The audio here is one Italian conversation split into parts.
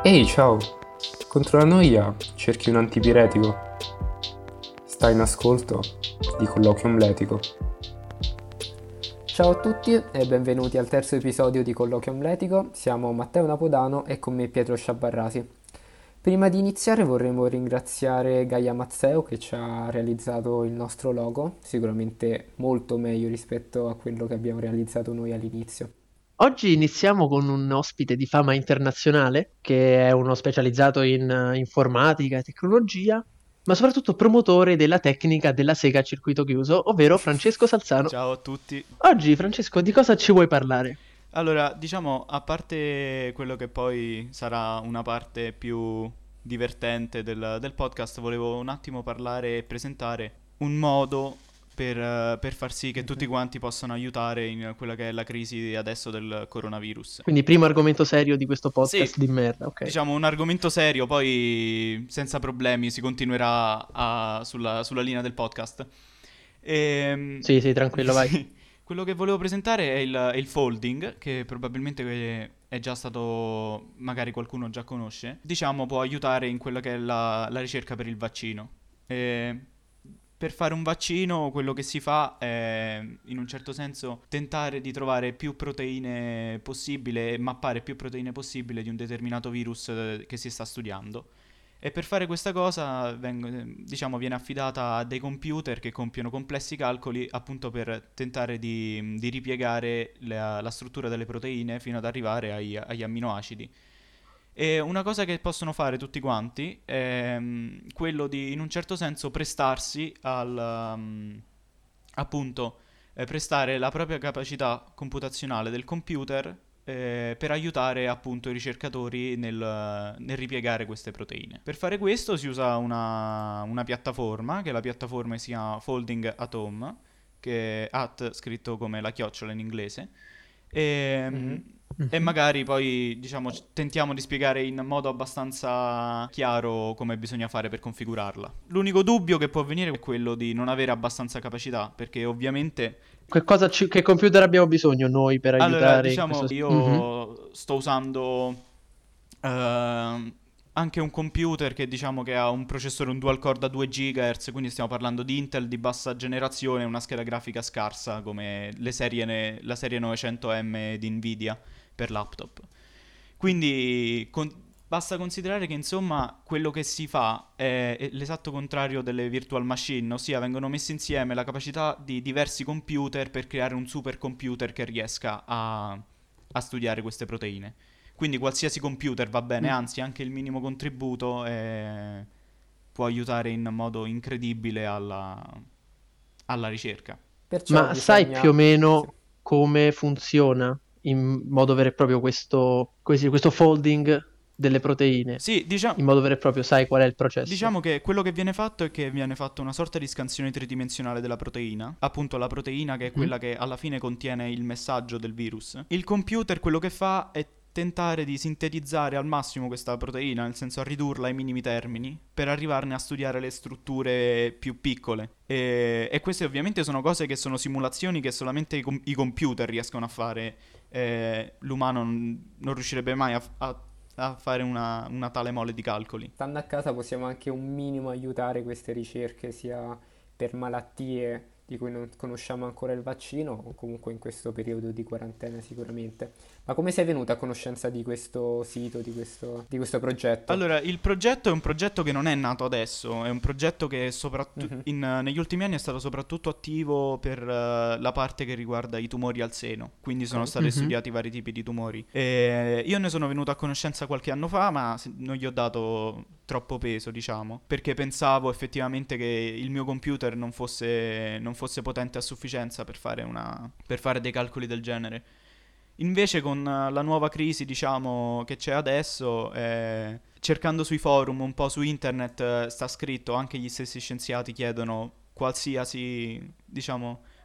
Ehi, ciao! Contro la noia cerchi un antipiretico? Stai in ascolto di Colloquium Letico. Ciao a tutti e benvenuti al terzo episodio di Colloquium Letico. Siamo Matteo Napodano e con me Pietro Sciabarrasi. Prima di iniziare vorremmo ringraziare Gaia Mazzeo che ci ha realizzato il nostro logo, sicuramente molto meglio rispetto a quello che abbiamo realizzato noi all'inizio. Oggi iniziamo con un ospite di fama internazionale, che è uno specializzato in informatica e tecnologia, ma soprattutto promotore della tecnica della sega a circuito chiuso, ovvero Francesco Salzano. Ciao a tutti. Oggi, Francesco, di cosa ci vuoi parlare? Allora, diciamo, a parte quello che poi sarà una parte più divertente del podcast, volevo un attimo parlare e presentare un modo per far sì che tutti quanti possano aiutare in quella che è la crisi adesso del coronavirus. Quindi, primo argomento serio di questo Sì, podcast di merda, ok? diciamo un argomento serio, poi senza problemi si continuerà sulla linea del podcast. Sì, tranquillo, vai. Sì. Quello che volevo presentare è il folding, che probabilmente è già stato, magari qualcuno già conosce. Diciamo può aiutare in quella che è la ricerca per il vaccino. E per fare un vaccino quello che si fa è in un certo senso tentare di trovare più proteine possibile e mappare più proteine possibile di un determinato virus che si sta studiando. E per fare questa cosa viene affidata a dei computer che compiono complessi calcoli appunto per tentare di ripiegare la struttura delle proteine fino ad arrivare agli amminoacidi. E una cosa che possono fare tutti quanti è quello di in un certo senso prestarsi appunto prestare la propria capacità computazionale del computer per aiutare appunto i ricercatori nel ripiegare queste proteine. Per fare questo si usa una piattaforma, che la piattaforma si chiama Folding Atom, che è at scritto come la chiocciola in inglese, e magari poi diciamo tentiamo di spiegare in modo abbastanza chiaro come bisogna fare per configurarla. L'unico dubbio che può avvenire è quello di non avere abbastanza capacità, perché ovviamente Che computer abbiamo bisogno noi per allora, aiutare in diciamo, questo... io sto usando anche un computer che diciamo che ha un processore, un dual core da 2 GHz, quindi stiamo parlando di Intel di bassa generazione, una scheda grafica scarsa come la serie 900M di Nvidia per laptop. Quindi basta considerare che insomma quello che si fa è l'esatto contrario delle virtual machine, ossia vengono messi insieme la capacità di diversi computer per creare un supercomputer che riesca a studiare queste proteine. Quindi qualsiasi computer va bene, anzi anche il minimo contributo può aiutare in modo incredibile alla ricerca. Perciò Ma sai bisogna... più o Sì. meno come funziona in modo vero e proprio questo folding delle proteine? Sì, In modo vero e proprio, sai qual è il processo? diciamo che quello che viene fatto è che viene fatta una sorta di scansione tridimensionale della proteina, appunto la proteina che è quella che alla fine contiene il messaggio del virus. Il computer quello che fa è tentare di sintetizzare al massimo questa proteina, nel senso a ridurla ai minimi termini, per arrivarne a studiare le strutture più piccole. E queste ovviamente sono cose che sono simulazioni che solamente i computer riescono a fare. L'umano non riuscirebbe mai a fare una tale mole di calcoli. Stando a casa possiamo anche un minimo aiutare queste ricerche sia per malattie di cui non conosciamo ancora il vaccino o comunque in questo periodo di quarantena sicuramente. Ma come sei venuta a conoscenza di questo sito, di questo progetto? Allora, il progetto è un progetto che non è nato adesso, è un progetto che negli ultimi anni è stato soprattutto attivo per la parte che riguarda i tumori al seno, quindi sono stati studiati vari tipi di tumori. E io ne sono venuto a conoscenza qualche anno fa, ma non gli ho dato troppo peso, diciamo, perché pensavo effettivamente che il mio computer non fosse potente a sufficienza per fare dei calcoli del genere. Invece con la nuova crisi, diciamo, che c'è adesso, cercando sui forum, un po' su internet, sta scritto, anche gli stessi scienziati chiedono qualsiasi, diciamo,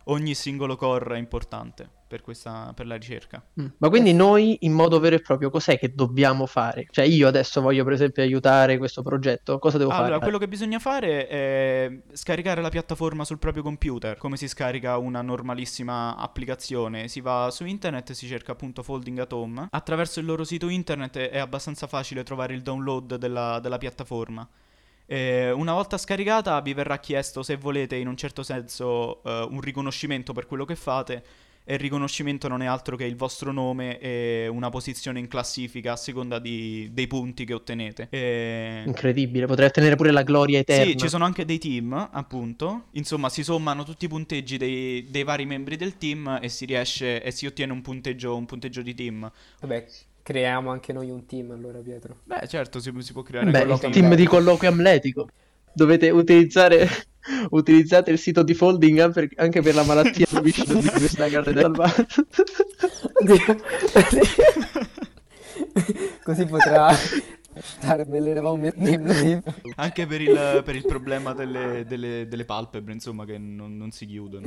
ogni singolo core è importante per la ricerca. Ma quindi noi in modo vero e proprio cos'è che dobbiamo fare? Cioè io adesso voglio per esempio aiutare questo progetto, cosa devo Allora, fare? quello che bisogna fare è scaricare la piattaforma sul proprio computer, come si scarica una normalissima applicazione. Si va su internet e si cerca appunto Folding at Home. Attraverso il loro sito internet è abbastanza facile trovare il download della piattaforma. Una volta scaricata vi verrà chiesto se volete in un certo senso un riconoscimento per quello che fate. E il riconoscimento non è altro che il vostro nome e una posizione in classifica a seconda dei punti che ottenete. Incredibile, potrei ottenere pure la gloria eterna. Sì, ci sono anche dei team, appunto. Insomma, si sommano tutti i punteggi dei vari membri del team e si ottiene un punteggio di team. Vabbè, creiamo anche noi un team allora, Pietro. Beh, certo, si può creare Beh, il colloqui team amletici. di colloquio amletico. Dovete utilizzate il sito di Folding anche per la malattia di vicino di questa carta salvata. Così potrà dare delle romme. Anche per il problema delle palpebre, insomma, che non si chiudono.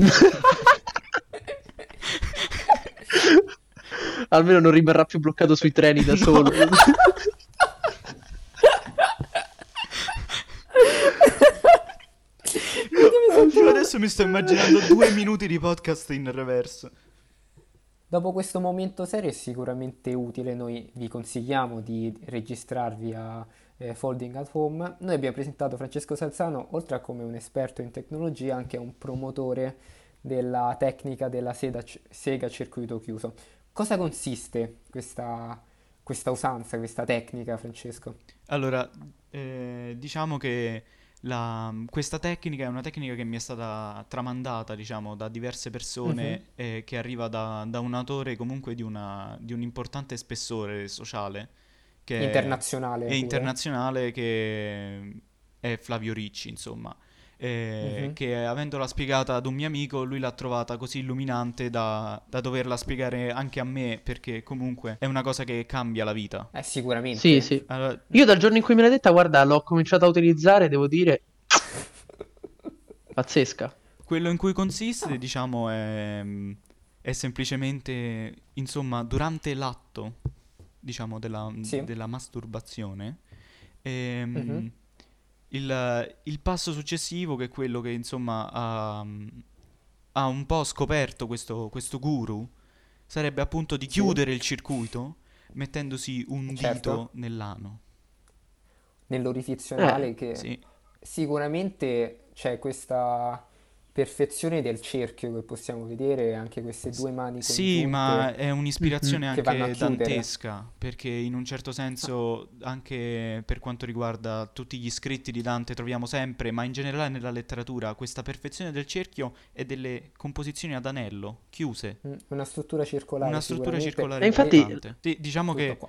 Almeno non rimarrà più bloccato sui treni da solo. Io adesso mi sto immaginando 2 minuti di podcast in reverso. Dopo questo momento serio è sicuramente utile, noi vi consigliamo di registrarvi a Folding at Home. Noi abbiamo presentato Francesco Salzano, oltre a come un esperto in tecnologia, anche un promotore della tecnica della sega a circuito chiuso. Cosa consiste questa usanza, questa tecnica, Francesco? Allora, diciamo che questa tecnica è una tecnica che mi è stata tramandata, diciamo, da diverse persone che arriva da un autore comunque di un importante spessore sociale. Che Internazionale È pure. internazionale, che è Flavio Ricci, insomma. Che avendola spiegata ad un mio amico, lui l'ha trovata così illuminante da doverla spiegare anche a me, perché comunque è una cosa che cambia la vita. Sicuramente. Sì, sì. Allora, Io dal giorno in cui me l'hai detta, guarda, l'ho cominciato a utilizzare, devo dire, pazzesca. quello in cui consiste, diciamo, è semplicemente, insomma, durante l'atto, diciamo, Sì. della masturbazione, Mhm. il passo successivo, che è quello che, insomma, ha un po' scoperto questo guru, sarebbe appunto di Sì. chiudere il circuito mettendosi un Certo. dito nell'ano. Nell'orifizio anale che Sì. sicuramente c'è questa perfezione del cerchio che possiamo vedere, anche queste due mani Sì, congiunte. ma è un'ispirazione Che vanno a anche chiudere. dantesca, perché in un certo senso, anche per quanto riguarda tutti gli scritti di Dante, troviamo sempre, ma in generale nella letteratura, questa perfezione del cerchio e delle composizioni ad anello, chiuse. Una struttura circolare Una struttura sicuramente. circolare E infatti- importante. Sì, diciamo Tutto che qua.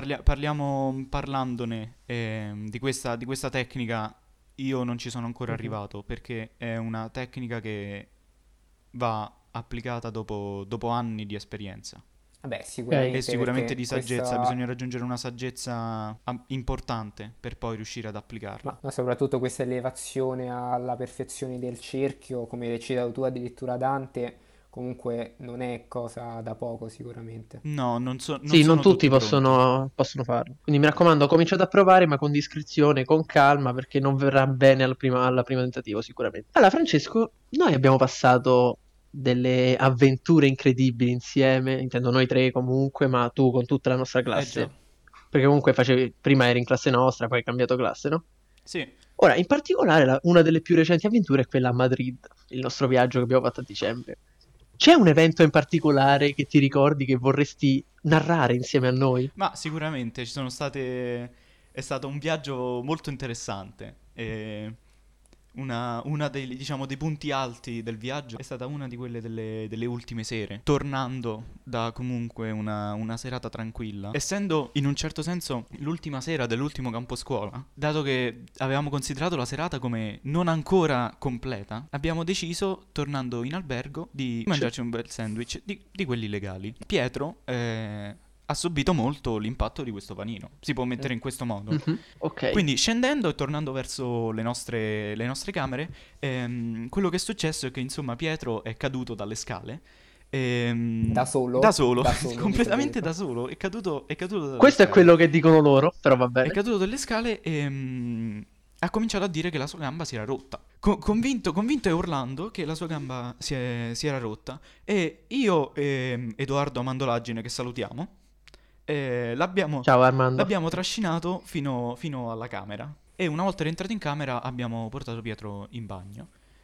parlandone di questa tecnica, io non ci sono ancora Mhm. arrivato, perché è una tecnica che va applicata dopo anni di esperienza. Vabbè, sicuramente, E sicuramente perché di saggezza, questa- bisogna raggiungere una saggezza importante per poi riuscire ad applicarla. ma soprattutto questa elevazione alla perfezione del cerchio, come hai citato tu addirittura Dante, comunque non è cosa da poco sicuramente. No, non Sì, sono non tutti pronti. possono farlo. Quindi mi raccomando, cominciate a provare, ma con discrezione, con calma, perché non verrà bene alla prima tentativo, sicuramente. Allora, Francesco, noi abbiamo passato delle avventure incredibili insieme, intendo noi tre comunque, ma tu con tutta la nostra classe. già. Perché comunque prima eri in classe nostra, poi hai cambiato classe, no? Sì. Ora, in particolare, una delle più recenti avventure è quella a Madrid, il nostro viaggio che abbiamo fatto a dicembre. C'è un evento in particolare che ti ricordi che vorresti narrare insieme a noi? Ma sicuramente è stato un viaggio molto interessante. E una dei punti alti del viaggio è stata una di quelle delle ultime sere, tornando da comunque una serata tranquilla, essendo in un certo senso l'ultima sera dell'ultimo campo scuola. Dato che avevamo considerato la serata come non ancora completa, abbiamo deciso, tornando in albergo, di mangiarci un bel sandwich di quelli legali. Pietro ha subito molto l'impatto di questo panino. Si può mettere in questo modo. Ok. Quindi scendendo e tornando verso le nostre camere, quello che è successo è che insomma Pietro è caduto dalle scale. Da solo? Da solo, Da solo, completamente dico. da solo. È caduto dalle Questo è scale. quello che dicono loro, però va È bene. caduto dalle scale e ha cominciato a dire che la sua gamba si era rotta. Convinto e urlando che la sua gamba si era rotta. E io e Edoardo Mandolagine, che salutiamo, l'abbiamo Ciao Armando. trascinato fino alla camera. E una volta rientrato in camera abbiamo portato Pietro in bagno.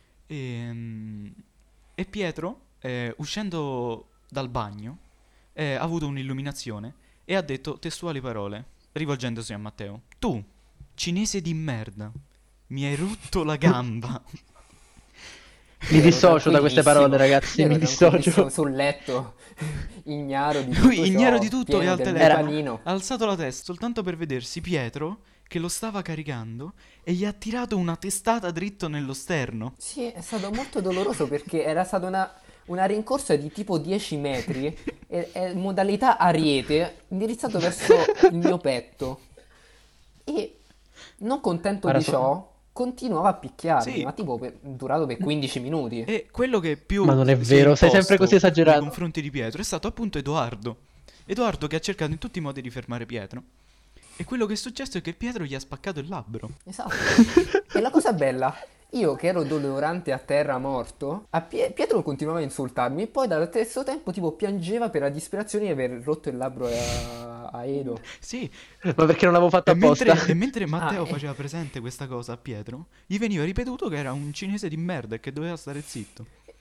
E Pietro, uscendo dal bagno, ha avuto un'illuminazione e ha detto testuali parole, rivolgendosi a Matteo. Tu, cinese di merda, mi hai rotto la gamba. Mi dissocio da queste parole, Tranquillissimo. ragazzi, Io mi ero tranquillissimo dissocio. sul letto, ignaro di tutto Lui, ignaro ciò, di tutto, pieno e al del telefono panino. ha alzato la testa soltanto per vedersi Pietro che lo stava caricando e gli ha tirato una testata dritto nello sterno. Sì, è stato molto doloroso perché era stata una rincorsa di tipo 10 metri, e modalità ariete, indirizzato verso il mio petto. E non contento Guarda, di ciò, continuava a picchiarmi, Sì. ma tipo durato per 15 minuti. E quello che più Ma non è si è vero, sei sempre imposto così esagerato. nei confronti di Pietro è stato appunto Edoardo. Edoardo che ha cercato in tutti i modi di fermare Pietro. E quello che è successo è che Pietro gli ha spaccato il labbro. Esatto. E la cosa bella, io che ero dolorante a terra morto, Pietro continuava a insultarmi e poi dallo stesso tempo tipo piangeva per la disperazione di aver rotto il labbro a Edo. Sì, Ma perché non l'avevo fatto apposta? e mentre Matteo Ah, faceva presente questa cosa a Pietro, gli veniva ripetuto che era un cinese di merda e che doveva stare zitto.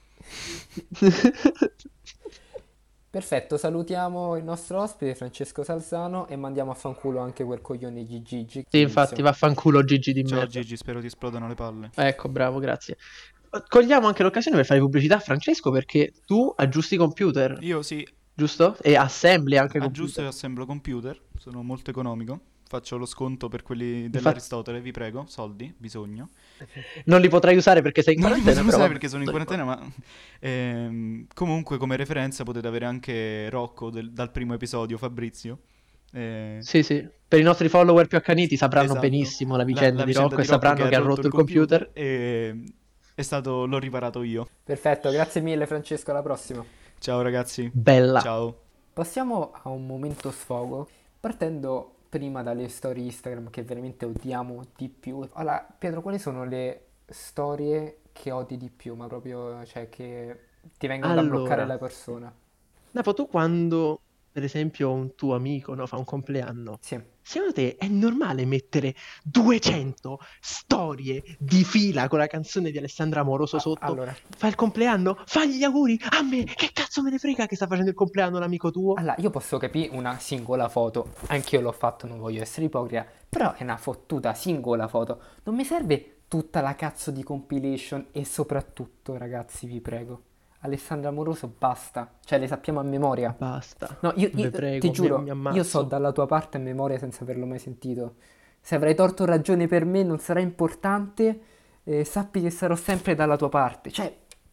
Perfetto, salutiamo il nostro ospite Francesco Salzano e mandiamo a fanculo anche quel coglione di Gigi. Sì, infatti, vaffanculo Gigi di Ciao merda. Gigi, spero ti esplodano le palle. Ecco, bravo, grazie. Cogliamo anche l'occasione per fare pubblicità a Francesco perché tu aggiusti i computer, Io sì, giusto? E assembli anche aggiusto e computer. assemblo computer, sono molto economico. Faccio lo sconto per quelli Infatti, dell'Aristotele, vi prego, soldi, bisogno. non li potrai usare perché sei in Non li quarantena, posso però usare vabbè, perché sono in non quarantena, ma comunque come referenza potete avere anche Rocco dal primo episodio, Fabrizio. Sì, sì. Per i nostri follower più accaniti sapranno Esatto. benissimo la vicenda di Rocco e di sapranno che ha rotto il computer. e l'ho riparato io. Perfetto, grazie mille Francesco, alla prossima. Ciao ragazzi. Bella. Ciao. Passiamo a un momento sfogo, partendo prima dalle storie Instagram che veramente odiamo di più. Allora, Pietro, quali sono le storie che odi di più, ma proprio, cioè, che ti vengono da bloccare Allora, la persona? Napo, tu quando, per esempio, un tuo amico, no, fa un compleanno, Sì. secondo te è normale mettere 200 storie di fila con la canzone di Alessandra Amoroso sotto? Allora, Fa il compleanno? Fagli gli auguri a me! Che cazzo me ne frega che sta facendo il compleanno l'amico tuo? io posso capire una singola foto, anch'io l'ho fatto, non voglio essere ipocrita, però è una fottuta singola foto, non mi serve tutta la cazzo di compilation e soprattutto, ragazzi, vi prego, Alessandra Amoroso basta, cioè le sappiamo a memoria. Basta. No, io Ve prego, ti giuro, mi io ammazzo. so dalla tua parte a memoria senza averlo mai sentito. Se avrai torto o ragione per me non sarà importante, sappi che sarò sempre dalla tua parte. Cioè,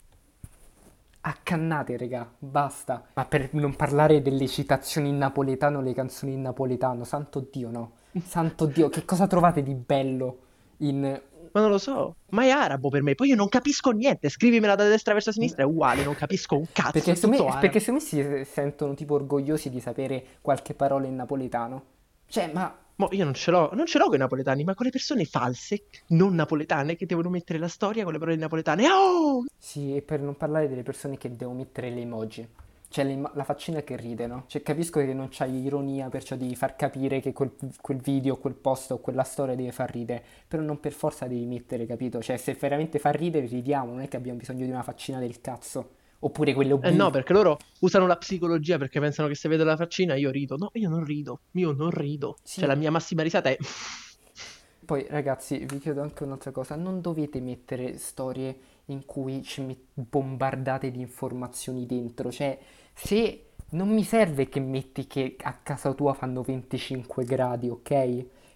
accannate, regà, basta. Ma per non parlare delle citazioni in napoletano, le canzoni in napoletano, santo Dio, no. Santo Dio, che cosa trovate di bello in... Ma non lo so, ma è arabo per me, poi io non capisco niente, scrivimela da destra verso sinistra, è uguale, non capisco un cazzo, Perché è secondo tutto me, arabo. perché secondo me si sentono tipo orgogliosi di sapere qualche parola in napoletano. Cioè, ma... Mo io non ce l'ho con i napoletani, ma con le persone false, non napoletane, che devono mettere la storia con le parole napoletane. Oh! Sì, e per non parlare delle persone che devono mettere le emoji. Cioè la faccina che ride, no? Cioè capisco che non c'hai ironia, perciò devi far capire che quel video, quel post o quella storia deve far ridere. Però non per forza devi mettere, capito? Cioè se veramente fa ridere, ridiamo, non è che abbiamo bisogno di una faccina del cazzo. Oppure quelle OB. No, perché loro usano la psicologia perché pensano che se vedo la faccina io rido. No, io non rido. Sì. Cioè la mia massima risata è... Poi ragazzi, vi chiedo anche un'altra cosa, non dovete mettere storie in cui bombardate di informazioni dentro, cioè se non mi serve che metti che a casa tua fanno 25 gradi, ok?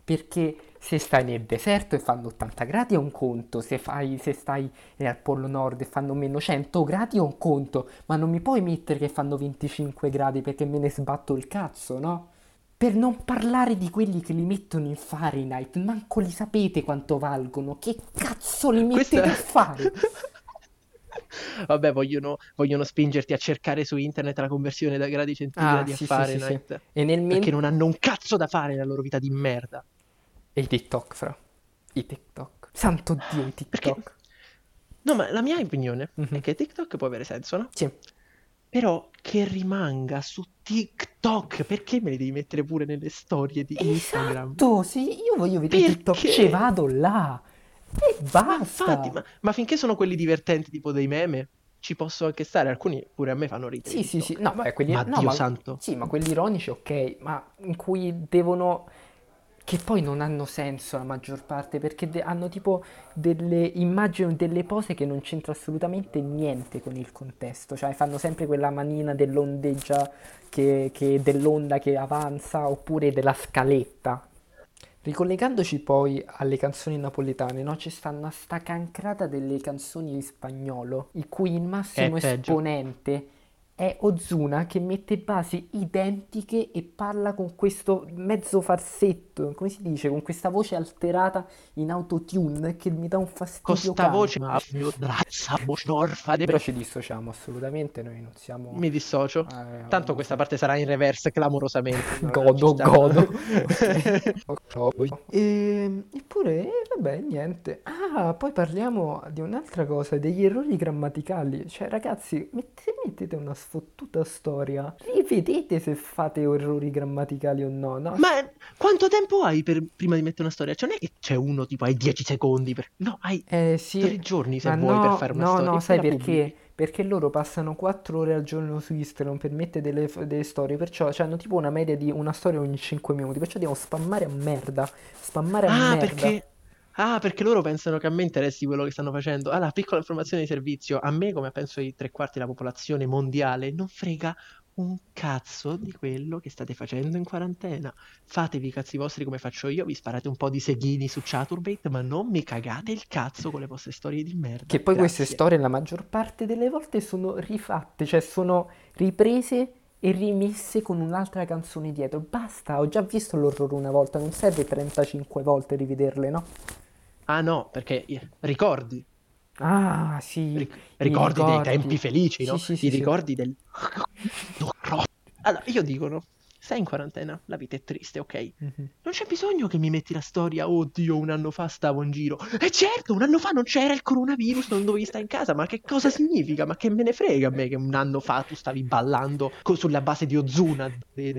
Perché se stai nel deserto e fanno 80 gradi è un conto, se stai al Polo Nord e fanno meno 100 gradi è un conto, ma non mi puoi mettere che fanno 25 gradi perché me ne sbatto il cazzo, no? Per non parlare di quelli che li mettono in Fahrenheit, manco li sapete quanto valgono, che cazzo li Questa... mettete a fare? Vabbè, vogliono spingerti a cercare su internet la conversione da gradi centigradi a Sì, sì, sì, sì. Fahrenheit. E nel Perché non hanno un cazzo da fare nella loro vita di merda. E i TikTok, fra. I TikTok. Santo Dio, i Perché... TikTok. No, ma la mia opinione è Mhm. che TikTok può avere senso, no? Sì. Però che rimanga su TikTok, perché me li devi mettere pure nelle storie di Instagram? Esatto, se io voglio vedere TikTok, Perché? ci vado là. E Ma infatti, basta. ma finché sono quelli divertenti, tipo dei meme, ci posso anche stare. Alcuni pure a me fanno ridere. Sì, sì, sì. TikTok. No, ma quelli... Ma no, Dio santo. Sì, ma quelli ironici, ok. Ma in cui devono... Che poi non hanno senso la maggior parte, perché hanno tipo delle immagini, delle pose che non c'entra assolutamente niente con il contesto. Cioè fanno sempre quella manina dell'ondeggia, dell'onda che avanza, oppure della scaletta. Ricollegandoci poi alle canzoni napoletane, no? Ci stanno sta cancrata delle canzoni in spagnolo, il cui il massimo È peggio. esponente è Ozuna che mette basi identiche e parla con questo mezzo falsetto, come si dice, con questa voce alterata in autotune che mi dà un fastidio Costa voce. Però ci dissociamo assolutamente, noi non siamo... Mi dissocio. Tanto questa omofobi. parte sarà in reverse clamorosamente. non Godo, ci sta. godo. Ok. Eppure, vabbè, niente. Ah, poi parliamo di un'altra cosa, degli errori grammaticali. Cioè, ragazzi, mettete una sfottuta storia. Rivedete se fate errori grammaticali o no, no? Ma quanto tempo hai prima di mettere una storia? Cioè, non è che c'è uno tipo hai 10 secondi. No, hai Sì, 3 giorni se ma vuoi per no, fare una no, storia. no, E sai poi la perché? pubblichi. Perché loro passano 4 ore al giorno su Instagram per mettere delle storie, perciò hanno tipo una media di una storia ogni 5 minuti, perciò devono spammare a merda, spammare a Ah, merda. perché loro pensano che a me interessi quello che stanno facendo. Allora, piccola informazione di servizio. A me, come penso i 3/4 della popolazione mondiale, non frega un cazzo di quello che state facendo in quarantena. Fatevi i cazzi vostri come faccio io, vi sparate un po' di seghini su Chaturbate, ma non mi cagate il cazzo con le vostre storie di merda. Che poi queste Grazie. storie la maggior parte delle volte sono rifatte, cioè sono riprese e rimesse con un'altra canzone dietro. Basta, ho già visto l'orrore una volta, non serve 35 volte rivederle, no? Ah no, perché ricordi. Ah, sì, Ricordi dei tempi ricordi. felici, no? Sì, I sì, sì. ricordi del... Allora, io dico, no? Sei in quarantena, la vita è triste, ok? Mhm. Non c'è bisogno che mi metti la storia, oddio, un anno fa stavo in giro. E certo, un anno fa non c'era il coronavirus, non dovevi stare in casa, ma che cosa significa? Ma che me ne frega a me che un anno fa tu stavi ballando sulla base di Ozuna.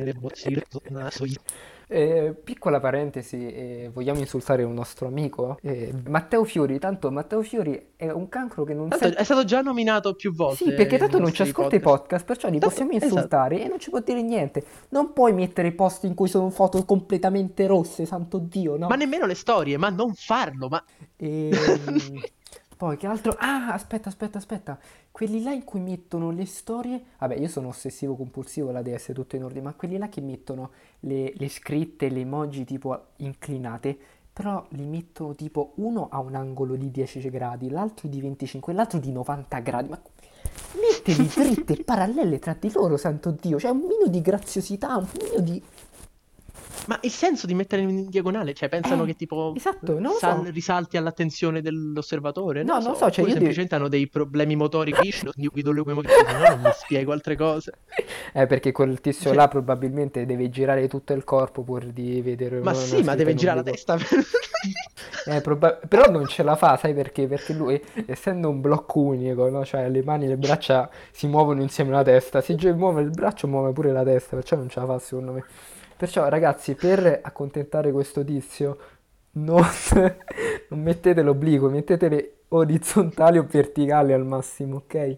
Piccola parentesi, vogliamo insultare un nostro amico? Matteo Fiori, tanto Matteo Fiori è un cancro che non Tanto sente... è stato già nominato più volte Sì, perché tanto nei non ci nostri ascolta i podcast, perciò li Tanto- possiamo esatto. insultare e non ci può dire niente. Non puoi mettere post in cui sono foto completamente rosse, santo Dio, no? Ma nemmeno le storie, ma non farlo, ma... Poi che altro? Ah, aspetta. Quelli là in cui mettono le storie. Vabbè, io sono ossessivo compulsivo, la deve essere tutto in ordine, ma quelli là che mettono le scritte, le emoji tipo inclinate, però li mettono tipo uno a un angolo di 10 gradi, l'altro di 25, l'altro di 90 gradi. Ma mettili dritte e parallele tra di loro, santo Dio. Cioè un minimo di graziosità, un minimo di... Ma il senso di mettere in diagonale? Cioè, pensano che tipo esatto, non lo so. risalti all'attenzione dell'osservatore? No, Non non lo so, cioè oppure io semplicemente hanno dei problemi motorici, no, non mi spiego altre cose. Perché quel tizio là probabilmente deve girare tutto il corpo pur di vedere Ma una sì, ma scritta deve in girare la obliquo. testa. Però non ce la fa, sai perché? Perché lui, essendo un blocco unico, no? Cioè le mani e le braccia si muovono insieme alla testa, si muove il braccio muove pure la testa, perciò non ce la fa secondo me. Perciò ragazzi, per accontentare questo tizio, non, non mettete l'obliquo, mettetele orizzontali o verticali al massimo, ok?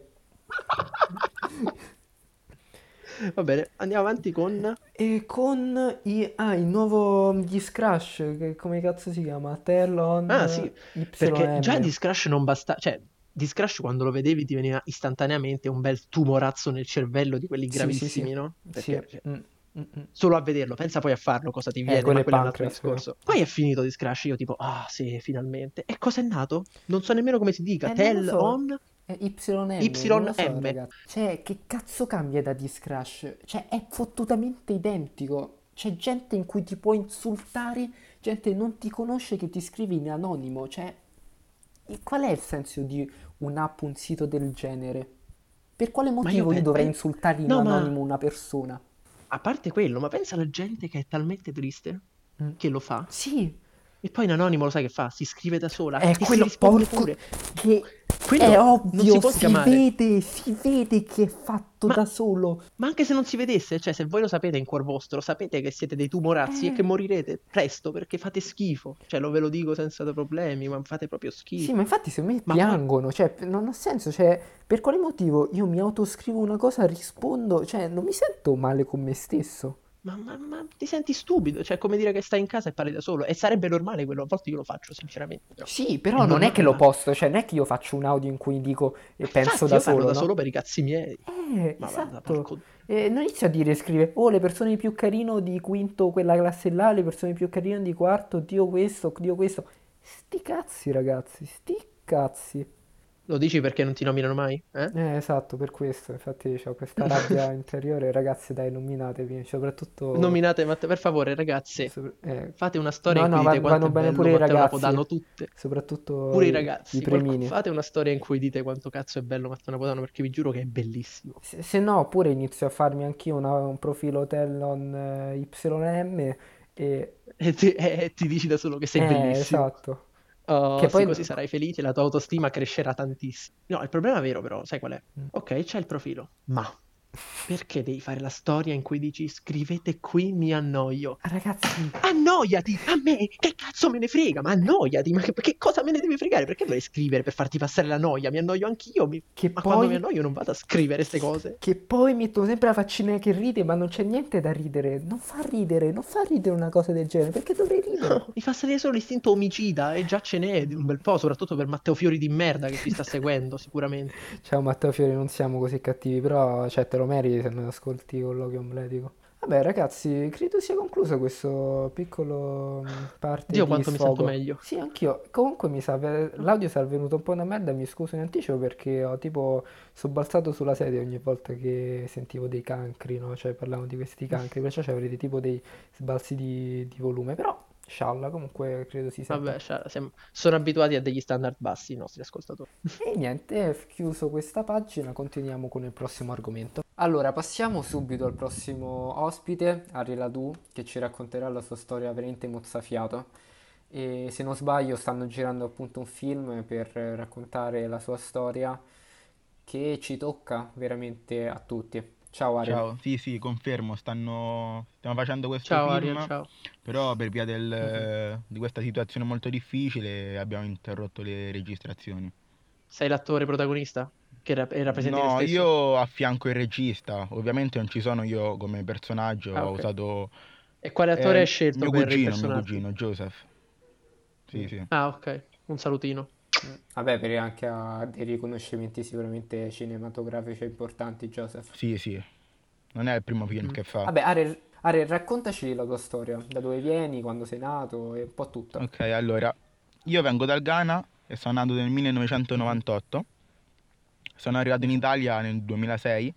Va bene, andiamo avanti con... E con il nuovo Discrash, che come cazzo si chiama? Telon Ah sì, perché già YM. Discrash non basta... Cioè, Discrash quando lo vedevi ti veniva istantaneamente un bel tumorazzo nel cervello di quelli Sì, gravissimi, no? sì, Perché cioè, mm. Mm-mm. Solo a vederlo, pensa poi a farlo, cosa ti viene, quello ma è quello è un altro Pancras, però. discorso. Poi è finito di Scratch, io tipo, ah sì, finalmente. E cosa è nato? Non so nemmeno come si dica, Non lo Tell so, on è YM, non lo so, YM. ragazzi. Cioè, che cazzo cambia da Discrash? Cioè, è fottutamente identico. C'è gente in cui ti può insultare, gente che non ti conosce che ti scrive in anonimo. Cioè, qual è il senso di un'app, un sito del genere? Per quale Ma io motivo io dovrei insultare in No, ma anonimo una persona? a parte quello, ma pensa alla gente che è talmente triste Mm. che lo fa. Sì, E poi in anonimo lo sai che fa? Si scrive da sola è e si quello risponde porco pure. che è Quello non si ovvio, può chiamare. si vede che è fatto Ma, da solo. ma anche se non si vedesse, cioè se voi lo sapete in cuor vostro, sapete che siete dei tumorazzi e che Eh, morirete presto perché fate schifo. Cioè ve lo dico senza problemi, ma fate proprio sì, schifo. ma infatti secondo me Ma poi, piangono, cioè non ha senso, cioè per quale motivo io mi autoscrivo una cosa, rispondo, cioè non mi sento male con me stesso. ma ti senti stupido, cioè è come dire che stai in casa e parli da solo. E sarebbe normale quello, a volte io lo faccio sinceramente, però Sì, è però non è che normale, lo ma... posto, cioè non è che io faccio un audio in cui dico e penso Infatti da io parlo solo, da no? solo per i cazzi miei. Ma guarda, Esatto. porco... Non inizio a dire, scrive, oh, le persone più carino di quinto, quella classe là, le persone più carine di quarto, Dio questo, Dio questo. Sti cazzi, ragazzi, sti cazzi. Lo dici perché non ti nominano mai? Eh? Esatto, per questo, infatti ho questa rabbia interiore, ragazzi, dai, nominatevi, soprattutto... Nominate, per favore, ragazze, fate una storia No, in cui no, dite quanto vanno è bene bello pure i Matteo ragazzi, Napodano, tutte. soprattutto Pure i i ragazzi, premini. fate una storia in cui dite quanto cazzo è bello Matteo Napodano perché vi giuro che è bellissimo. Se no, pure inizio a farmi anch'io un profilo Tellon YM e... E ti dici da solo che sei bellissimo. esatto. Oh, Che sì, poi... così sarai felice, la tua autostima crescerà tantissimo. No, il problema vero però, sai qual è? Ok, c'è il profilo, ma perché devi fare la storia in cui dici scrivete qui mi annoio? Ragazzi, Annoiati! A me che cazzo me ne frega? Ma annoiati! Ma che cosa me ne deve fregare? Perché dovrei scrivere per farti passare la noia? Mi annoio anch'io. che Ma quando mi poi... annoio non vado a scrivere queste cose. Che poi metto sempre la faccina che ride, ma non c'è niente da ridere. Non fa ridere una cosa del genere, perché dovrei ridere? No, mi fa salire solo l'istinto omicida e già ce n'è di un bel po', soprattutto per Matteo Fiori di merda che ci sta seguendo, sicuramente. Ciao Matteo Fiori, non siamo così cattivi, però cioè, te lo meriti se non ascolti Colloquio Amletico. Vabbè ragazzi, credo sia concluso questo piccolo parte Dio di quanto mi sento sfogo. meglio. Sì, anch'io. Comunque l'audio sarà venuto un po' una merda, mi scuso in anticipo perché ho tipo sobbalzato sulla sedia ogni volta che sentivo dei cancri, no? Cioè parlavamo di questi cancri, perciò avrete tipo dei sbalzi di volume, però scialla, comunque credo si senta. Vabbè, cioè, sono abituati a degli standard bassi i nostri ascoltatori. E niente, chiuso questa pagina, continuiamo con il prossimo argomento. Allora, passiamo subito al prossimo ospite, Ariela Du, che ci racconterà la sua storia veramente mozzafiato. E se non sbaglio stanno girando appunto un film per raccontare la sua storia che ci tocca veramente a tutti. Ciao Ariel. Ciao, sì, sì, confermo, stiamo facendo questo Ciao Ariel, film, ciao. però per via Mhm. di questa situazione molto difficile abbiamo interrotto le registrazioni. Sei l'attore protagonista? Che rappresenti te No, stesso? io affianco il regista, ovviamente non ci sono io come personaggio, Ah, ho ok. usato E quale attore hai scelto per mio impersonarti? cugino, Joseph. Sì, sì. Ah, ok. Un salutino. Vabbè, per anche ha dei riconoscimenti sicuramente cinematografici importanti, Joseph. Sì, sì, non è il primo film Mm. che fa. Vabbè, Ariel, raccontaci la tua storia, da dove vieni, quando sei nato e un po' tutto. Ok, allora, io vengo dal Ghana e sono nato nel Mhm. 1998. Sono arrivato in Italia nel 2006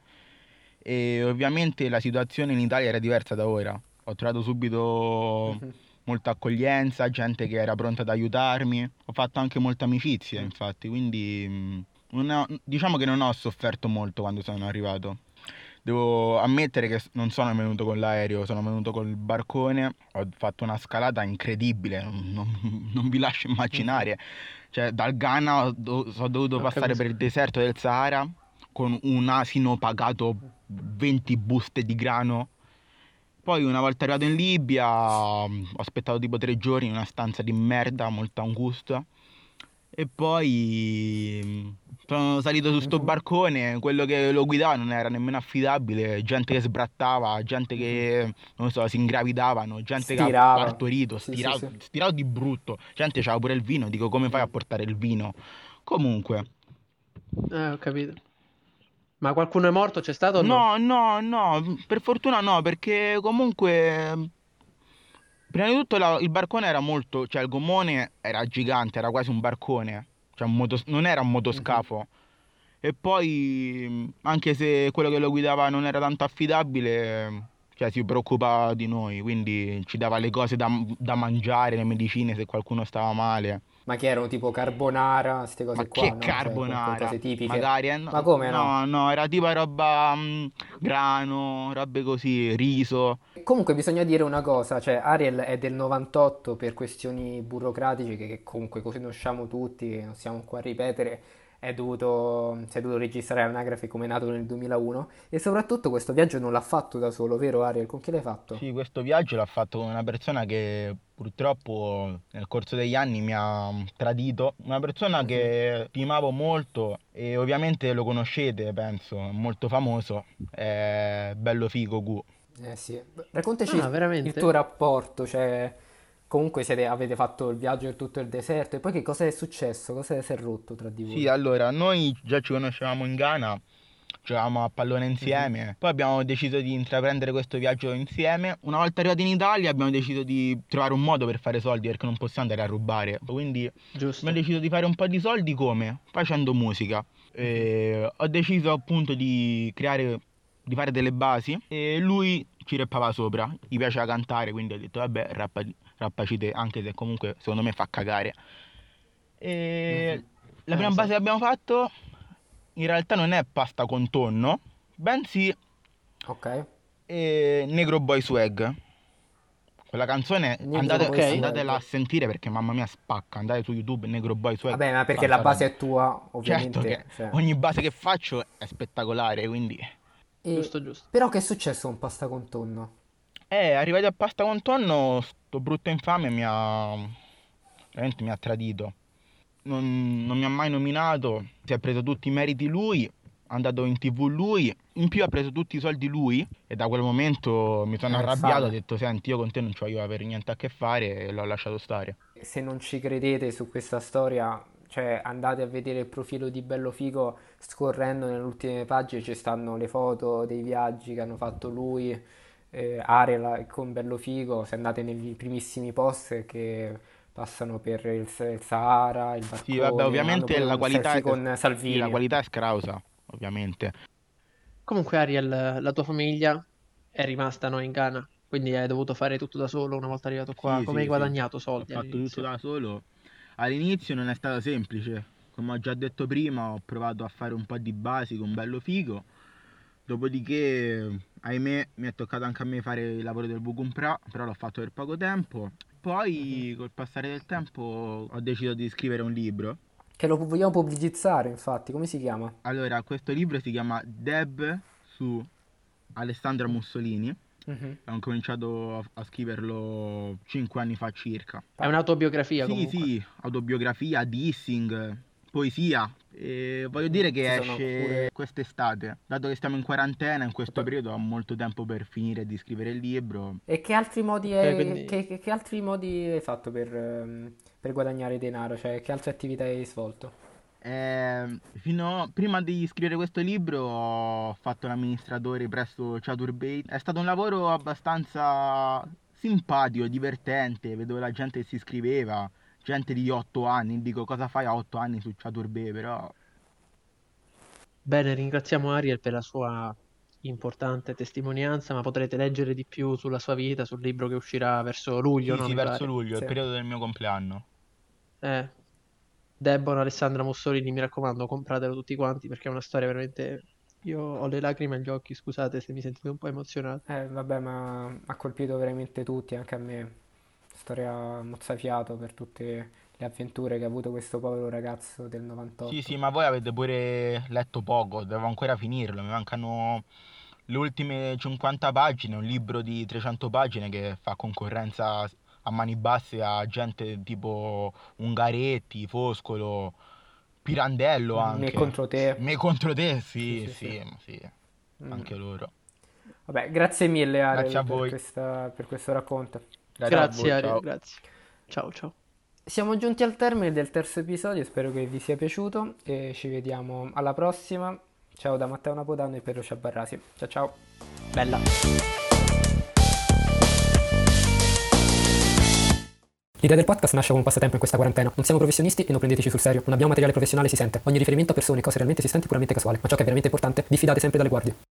e ovviamente la situazione in Italia era diversa da ora. Ho trovato subito Mhm. molta accoglienza, gente che era pronta ad aiutarmi. Ho fatto anche molte amicizie, Mm. infatti, quindi diciamo che non ho sofferto molto quando sono arrivato. Devo ammettere che non sono venuto con l'aereo, sono venuto col barcone. Ho fatto una scalata incredibile, non vi lascio Mhm. immaginare. Cioè, dal Ghana sono dovuto Non passare per capisco. il deserto del Sahara con un asino pagato 20 buste di grano. Poi, una volta arrivato in Libia, ho aspettato tipo 3 giorni in una stanza di merda, molto angusta. E poi sono salito su sto Mhm. barcone, quello che lo guidava non era nemmeno affidabile, gente che sbrattava, gente Mhm. che, non so, si ingravidavano, gente che ha Stirava. partorito, Sì, sì, sì. stirato di brutto, gente c'aveva pure il vino, dico come fai a Mm. portare il vino? Comunque, Ho capito. Ma qualcuno è morto, c'è stato o no? No, per fortuna no, perché comunque prima di tutto il barcone era molto, cioè il gommone era gigante, era quasi un barcone, cioè non era un Mhm. motoscafo. E poi, anche se quello che lo guidava non era tanto affidabile, cioè si preoccupava di noi, quindi ci dava le cose da mangiare, le medicine se qualcuno stava male. Ma che erano tipo carbonara, queste Ma cose qua, che no? Cioè, comunque carbonara? cose tipiche. Magari, Ma come no? no, era tipo roba, grano, robe così, riso. Comunque bisogna dire una cosa, cioè Ariel è del 98 per questioni burocratiche che comunque conosciamo tutti, che non stiamo qua a ripetere, si è dovuto registrare all'anagrafe come è nato nel 2001 e soprattutto questo viaggio non l'ha fatto da solo, vero Ariel? Con chi l'hai fatto? Sì, questo viaggio l'ha fatto con una persona che purtroppo nel corso degli anni mi ha tradito, una persona Mhm. che stimavo molto e ovviamente lo conoscete, penso, è molto famoso, è Bello Figo Gu. Eh sì, raccontaci Ah, il tuo veramente? rapporto, cioè comunque avete fatto il viaggio in tutto il deserto e poi che cosa è successo? Cosa si è rotto tra di Sì, voi? allora, noi già ci conoscevamo in Ghana, giocavamo a pallone Mhm. insieme, poi abbiamo deciso di intraprendere questo viaggio insieme. Una volta arrivati in Italia abbiamo deciso di trovare un modo per fare soldi perché non possiamo andare a rubare. Quindi abbiamo Giusto. deciso di fare un po' di soldi come? Facendo musica. Mhm. Ho deciso appunto di fare delle basi e lui ci rappava sopra, gli piaceva cantare, quindi ho detto vabbè, rappaci te, anche se comunque secondo me fa cagare. E Mhm. la prima base che Esatto. abbiamo fatto in realtà non è pasta con tonno, bensì Ok. Negro Boy Swag. Quella canzone Negro Boy Ok. andatela a Swag. sentire perché mamma mia spacca. Andate su YouTube, Negro Boy Swag, Vabbè, ma perché la tanta roba. base è tua, Certo che ovviamente, cioè. ogni base che faccio è spettacolare, quindi E... Giusto, giusto. Però che è successo con pasta con tonno? arrivati a pasta con tonno, sto brutto infame veramente mi ha tradito. Non mi ha mai nominato, si è preso tutti i meriti lui, è andato in TV lui, in più ha preso tutti i soldi lui e da quel momento mi sono È arrabbiato, ho infame. detto senti io con te non ci voglio avere niente a che fare e l'ho lasciato stare. Se non ci credete su questa storia, cioè andate a vedere il profilo di Bello Figo, scorrendo nelle ultime pagine ci stanno le foto dei viaggi che hanno fatto lui, Ariel con Bello Figo, se andate nei primissimi post che passano per il Sahara, il Sì, vabbè, barcone, hanno ovviamente pure la un qualità selfie è, con sì, la Salvini. qualità è scrausa, ovviamente. Comunque, Ariel, la tua famiglia è rimasta no, in Ghana, quindi hai dovuto fare tutto da solo una volta arrivato qua. Sì, Come hai sì, sì, guadagnato ho soldi fatto tutto all'inizio? da solo. All'inizio non è stato semplice, come ho già detto prima, ho provato a fare un po' di basi con bello figo, dopodiché, ahimè, mi è toccato anche a me fare il lavoro del Bucumpra, però l'ho fatto per poco tempo. Mhm. Poi, col passare del tempo, ho deciso di scrivere un libro. Che lo vogliamo pubblicizzare, infatti, come si chiama? Allora, questo libro si chiama Deb su Alessandra Mussolini. Mhm. Ho cominciato a scriverlo 5 anni fa circa. È un'autobiografia Sì, comunque. sì, autobiografia, dissing, poesia. E voglio dire Ci che sono pure... esce quest'estate. Dato che stiamo in quarantena, in questo periodo ho molto tempo per finire di scrivere il libro. E che altri modi Ok, quindi che altri modi hai fatto per guadagnare denaro? Cioè, che altre attività hai svolto? Prima di scrivere questo libro ho fatto l'amministratore presso Chaturbate. È stato un lavoro abbastanza simpatico, divertente. Vedevo la gente che si iscriveva, gente di 8 anni. Dico cosa fai a 8 anni su Chaturbate, però bene, ringraziamo Ariel per la sua importante testimonianza, ma potrete leggere di più sulla sua vita, sul libro che uscirà verso luglio, sì, no? sì, Mi verso pare. luglio, è il Sì. periodo del mio compleanno. Eh, Deborah Alessandra Mussolini, mi raccomando, compratelo tutti quanti perché è una storia veramente... Io ho le lacrime agli occhi, scusate se mi sentite un po' emozionato. Vabbè, ma ha colpito veramente tutti, anche a me. Storia mozzafiato per tutte le avventure che ha avuto questo povero ragazzo del Sì, 98. sì, ma voi avete pure letto poco, devo ancora finirlo, mi mancano le ultime 50 pagine, un libro di 300 pagine che fa concorrenza a mani basse a gente tipo Ungaretti, Foscolo, Pirandello Me anche. contro te. Me contro te, Sì, sì, sì, sì. sì, sì, Mm. anche loro. Vabbè, grazie mille Grazie Ariel a voi, per questo racconto. grazie a Grazie voi, Ariel, ciao. grazie. Ciao ciao. Siamo giunti al termine del terzo episodio, spero che vi sia piaciuto e ci vediamo alla prossima. Ciao da Matteo Napodano e Pietro Sciabarrasi. Ciao ciao. Bella. L'idea del podcast nasce come un passatempo in questa quarantena. Non siamo professionisti e non prendeteci sul serio. Non abbiamo materiale professionale, si sente. Ogni riferimento a persone e cose realmente esistenti è puramente casuale. Ma ciò che è veramente importante, diffidate sempre dalle guardie.